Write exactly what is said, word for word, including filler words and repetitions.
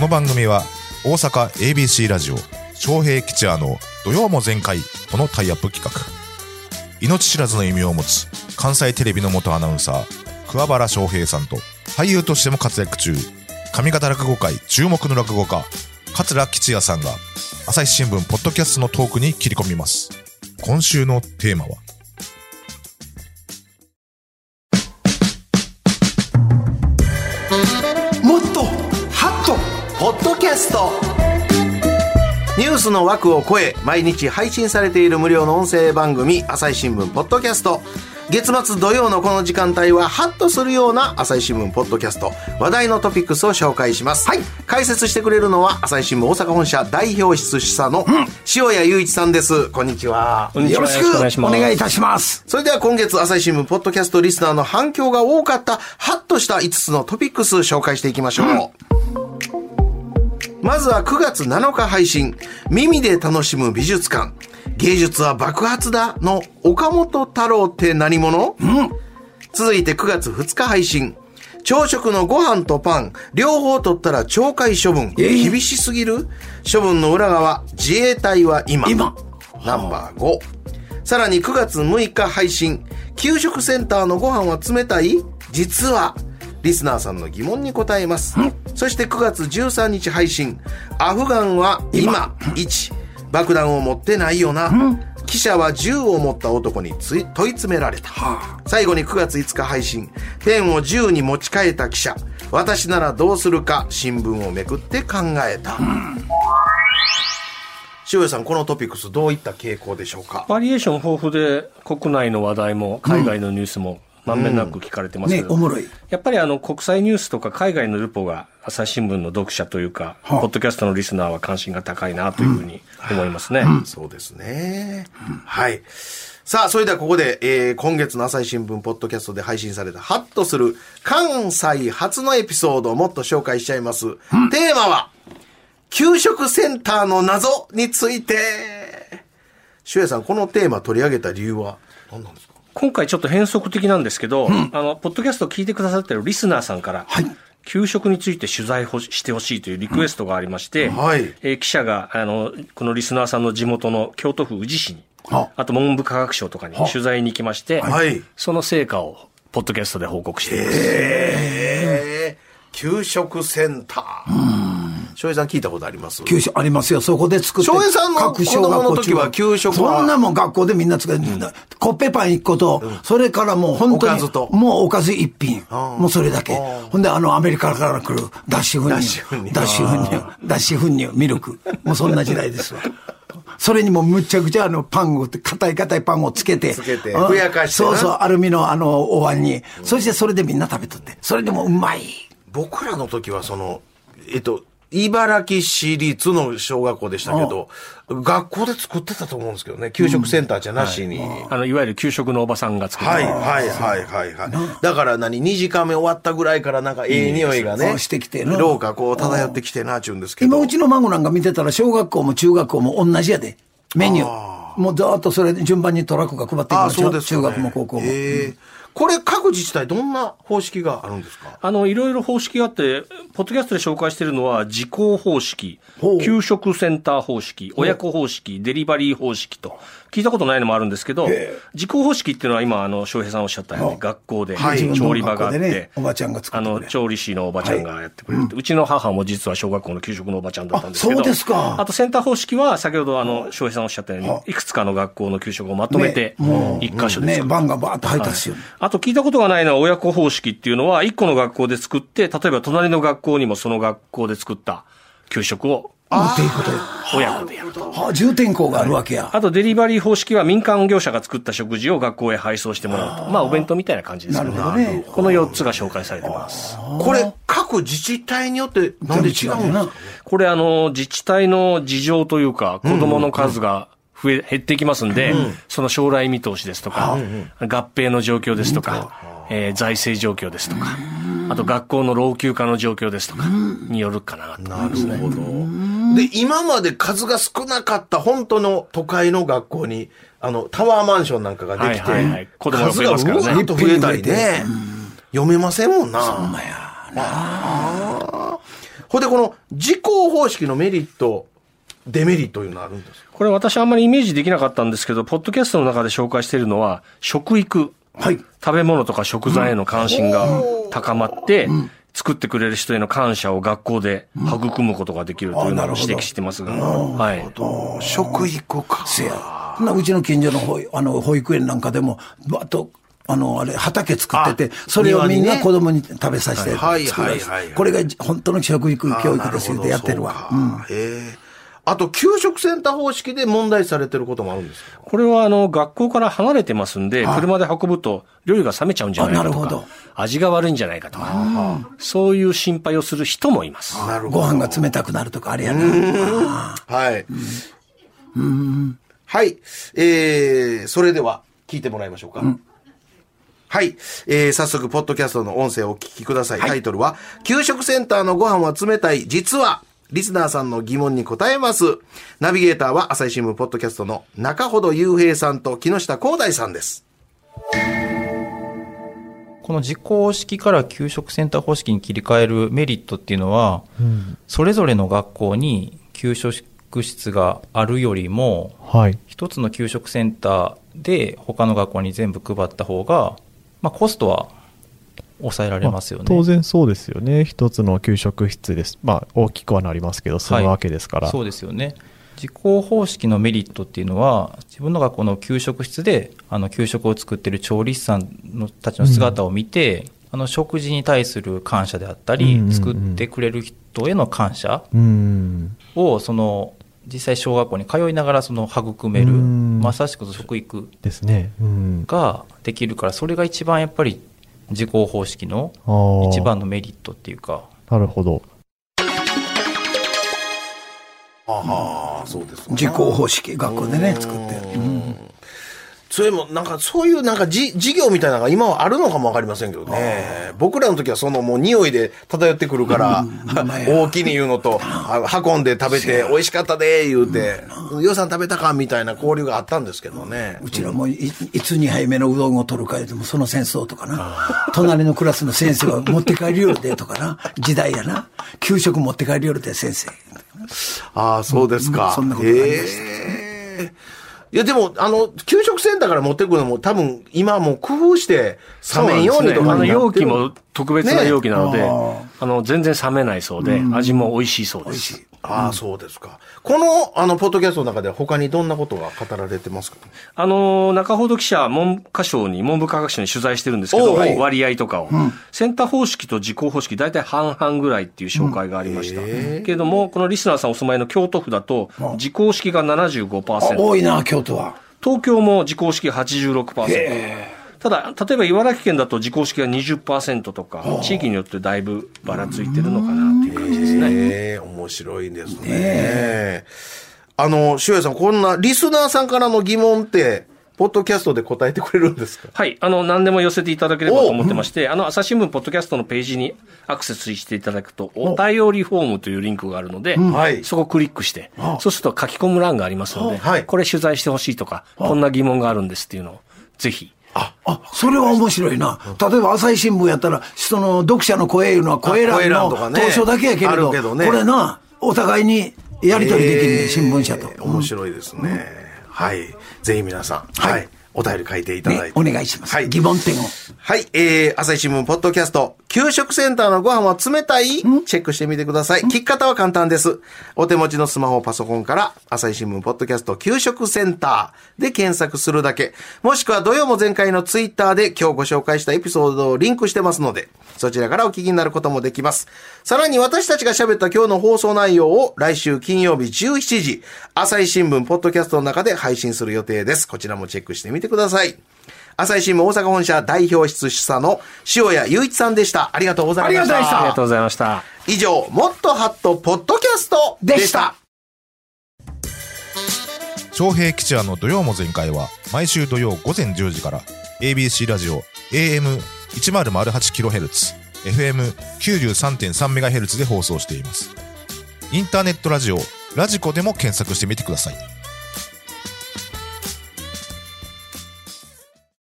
の番組は大阪 エービーシー ラジオ昌平吉也の土曜も全開とのタイアップ企画、命知らずの異名を持つ関西テレビの元アナウンサー桑原昌平さんと、俳優としても活躍中上方落語界注目の落語家桂吉也さんが朝日新聞ポッドキャストのトークに切り込みます。今週のテーマは、 もっとハッとポッドキャスト、ニュースの枠を超え毎日配信されている無料の音声番組、朝日新聞ポッドキャスト。月末土曜のこの時間帯はハッとするような朝日新聞ポッドキャスト、話題のトピックスを紹介します。はい、解説してくれるのは朝日新聞大阪本社代表室主査の塩谷雄一さんです。こんにちは。 よろしくお願いいたします。 それでは今月朝日新聞ポッドキャストリスナーの反響が多かったハッとしたいつつのトピックス紹介していきましょう。うん、まずはくがつなのか配信、耳で楽しむ美術館、芸術は爆発だの岡本太郎って何者？うん、続いてくがつふつか配信、朝食のご飯とパン両方取ったら懲戒処分、えー、厳しすぎる？処分の裏側、自衛隊は今今ナンバーご。さらにくがつむいか配信、給食センターのご飯は冷たい？実はリスナーさんの疑問に答えます。そしてくがつじゅうさんにち配信、アフガンは今いち、爆弾を持ってないよな、記者は銃を持った男につい問い詰められた。最後にくがついつか配信、ペンを銃に持ち替えた記者、私ならどうするか新聞をめくって考えた。塩谷さん、このトピックスどういった傾向でしょうか？ バリエーション豊富で、国内の話題も海外のニュースもまんべんなく聞かれてますけど、 うんね、おもろい。 やっぱりあの国際ニュースとか海外のルポが朝日新聞の読者というか、はあ、ポッドキャストのリスナーは関心が高いなというふうに思いますね。 うんうん、そうですね。うん、はい。さあ、それではここで、えー、今月の朝日新聞ポッドキャストで配信されたハッとする関西初のエピソードをもっと紹介しちゃいます。うん、テーマは、給食センターの謎について。塩谷さん、このテーマ取り上げた理由は何なんですか？ 今回ちょっと変則的なんですけど、うん、あのポッドキャストを聞いてくださっているリスナーさんから、はい、給食について取材をしてほしいというリクエストがありまして、うん、はい、えー、記者があのこのリスナーさんの地元の京都府宇治市に、あ, あと文部科学省とかに取材に行きまして、はい、その成果をポッドキャストで報告しています。 へー、給食センター、うん、翔平さん聞いたことあります？ 給食ありますよ。そこで作って。 翔平さんの子供の時は給食はそんなもん学校でみんな作って、うん、コッペパンいっこと、うん、それからもう本当におかずともうおかず一品、もうそれだけ。ほんであのアメリカから来る脱脂粉乳、脱脂粉乳、脱脂粉乳、ミルク、もうそんな時代ですわ。それにもむちゃくちゃあのパンを硬い硬いパンをつけてつけてふやかして、 そうそう、アルミのあのお椀に、うん、そしてそれでみんな食べとって、それでもうまい。 僕らの時はそのえっと茨城市立の小学校でしたけど、学校で作ってたと思うんですけどね、給食センターじゃなしに、うんはい、 あのいわゆる給食のおばさんが作ってた。 はいはいはいはいはい。だから何、にじかんめ終わったぐらいからなんかええ匂いがね、うん、 してきて廊下こう漂ってきてなっちゅうんですけど、 今うちの孫なんか見てたら小学校も中学校も同じやで、メニューもうずっとそれ順番にトラックが配っていくんですよ。中学も高校も。 えーこれ各自治体どんな方式があるんですか？ あのいろいろ方式があって、ポッドキャストで紹介しているのは時効方式、給食センター方式、親子方式、デリバリー方式と聞いたことないのもあるんですけど、時効方式っていうのは今あの翔平さんおっしゃったように学校で調理場があって、ね、 おばちゃんが作ってくれる、 あの調理師のおばちゃんがやってくれる、はい、うちの母も実は小学校の給食のおばちゃんだったんですけど、 あ、そうですか。 あとセンター方式は先ほどあの翔平さんおっしゃったようにいくつかの学校の給食をまとめて一箇所でね、番がバーッと入ったんですよ、 はい、あと聞いたことがない親子方式っていうのは一個の学校で作って、例えば隣の学校にもその学校で作った給食を持っていくと親子でやると、 はあ、重点校があるわけや。 あとデリバリー方式は民間業者が作った食事を学校へ配送してもらうと、まあお弁当みたいな感じですよね。 なるほどね。 このよっつが紹介されてます。 これ各自治体によってなんで違うんですか？ これあの自治体の事情というか、子供の数が増え減ってきますんで、うん、その将来見通しですとか、うん、合併の状況ですとか、うん、えー、財政状況ですとか、うん、あと学校の老朽化の状況ですとかによるかなと思いますね。 なるほど。で、今まで数が少なかった本当の都会の学校にあのタワーマンションなんかができて、はいはいはい、 子供が増えますからね、 数がうわっと増えたりね、うん、読めませんもんな。 そんなやな。 ほんでこの自校方式のメリットデメリットいうのあるんですか？ これ私あんまりイメージできなかったんですけど、ポッドキャストの中で紹介しているのは食育、はい、食べ物とか食材への関心が高まって、うん、作ってくれる人への感謝を学校で育むことができるというのを指摘してますが、うんはい、 食育か。 せやうちの近所の保あの保育園なんかでもバッとあのあれ畑作ってて、それをみんな子供に食べさせて作る、これが本当の食育教育ですよってやってるわ。うん、 へえ。あと給食センター方式で問題されてることもあるんですか？ これはあの学校から離れてますんで、車で運ぶと料理が冷めちゃうんじゃないかとか、味が悪いんじゃないかとか、そういう心配をする人もいます。 なるほど。ご飯が冷たくなるとかあれやな。 はい。うん、はい。えー、それでは聞いてもらいましょうか。うん、はい、えー。早速、ポッドキャストの音声をお聞きください。はい、タイトルは、給食センターのご飯は冷たい、実は、リスナーさんの疑問に答えます。ナビゲーターは朝日新聞ポッドキャストの中ほど雄平さんと木下光大さんです。 この自校式から給食センター方式に切り替えるメリットっていうのは、うん、それぞれの学校に給食室があるよりも、はい、一つの給食センターで他の学校に全部配った方が、まあ、コストは抑えられますよね。 まあ、当然そうですよね。一つの給食室です。まあ大きくはなりますけど、済むわけですから、 はい。そうですよね。自校方式のメリットっていうのは、自分の学校の給食室であの給食を作っている調理師さんのたちの姿を見て、うん、あの食事に対する感謝であったり、うんうんうん、作ってくれる人への感謝をその実際小学校に通いながらその育める、まさしく食育ですね、 ができるから、それが一番やっぱり自校方式の一番のメリットっていうか。 なるほど。 ああ、そうです。 自校方式学校でね作ってる。うん、 それもなんかそういうなんかじ授業みたいなのが今はあるのかもわかりませんけどね。僕らの時はそのもう匂いで漂ってくるから、うん、大きに言うのと運んで食べて美味しかったで言うて、うん、予算食べたかみたいな交流があったんですけどね。 うちらも い, いつにはいめのうどんを取るかでもその戦争とかな、隣のクラスの先生が持って帰りよるでとかな、時代やな、給食持って帰りよるで先生。 ああ、そうですか。 うん、そんなことがありました。 えーいやでもあの給食センターから持ってくるのも多分今はもう工夫して冷めんようにとかになってる。 あの容器も特別な容器なので、ね、あ, あの全然冷めないそうで、うん、味も美味しいそうです。 ああ、そうですか。このあのポッドキャストの中では他にどんなことが語られてますか？ あの中ほど記者文科省に文部科学省に取材してるんですけど、割合とかを、うん、センター方式と自校方式大体半々ぐらいっていう紹介がありました、うん、けれどもこのリスナーさんお住まいの京都府だと自校式が ななじゅうごパーセント、 多いな京都は。 東京も自校式 はちじゅうろくパーセント、 ただ例えば茨城県だと自校式が にじゅっパーセント とか地域によってだいぶばらついてるのかなっていう感じですね。 えー、面白いですね。あの塩谷さん、こんなリスナーさんからの疑問ってポッドキャストで答えてくれるんですか？ はい、あの何でも寄せていただければと思ってまして、あの朝日新聞ポッドキャストのページにアクセスしていただくとお便りフォームというリンクがあるので、はい、そこをクリックして、そうすると書き込む欄がありますので、はい、これ取材してほしいとかこんな疑問があるんですっていうのをぜひ。 あ、あ、それは面白いな。例えば朝日新聞やったらその読者の声いうのは声欄の当初だけやけれど、けどね、これなお互いにやり取りできるね、えー、新聞社と。 面白いですね、うん、はい、ぜひ皆さん、はい、はい、お便り書いていただいて、ね、 お願いします、はい、疑問点を。 はい、えー、朝日新聞ポッドキャスト給食センターのご飯は冷たい？チェックしてみてください。聞き方は簡単です。お手持ちのスマホパソコンから朝日新聞ポッドキャスト給食センターで検索するだけ、もしくは土曜も前回のツイッターで今日ご紹介したエピソードをリンクしてますので、そちらからお聞きになることもできます。さらに私たちが喋った今日の放送内容を来週金曜日じゅうしちじ朝日新聞ポッドキャストの中で配信する予定です。こちらもチェックしてみてください。朝日新聞大阪本社代表室主査の塩谷雄一さんでした。ありがとうございました。 ありがとうございました。 以上、もっとハットポッドキャストでした。 昌平吉弥の土曜も全開は毎週土曜午前じゅうじから エービーシー ラジオ エーエムせんはちキロヘルツ、エフエムきゅうじゅうさんてんさんメガヘルツ で放送しています。インターネットラジオラジコでも検索してみてください。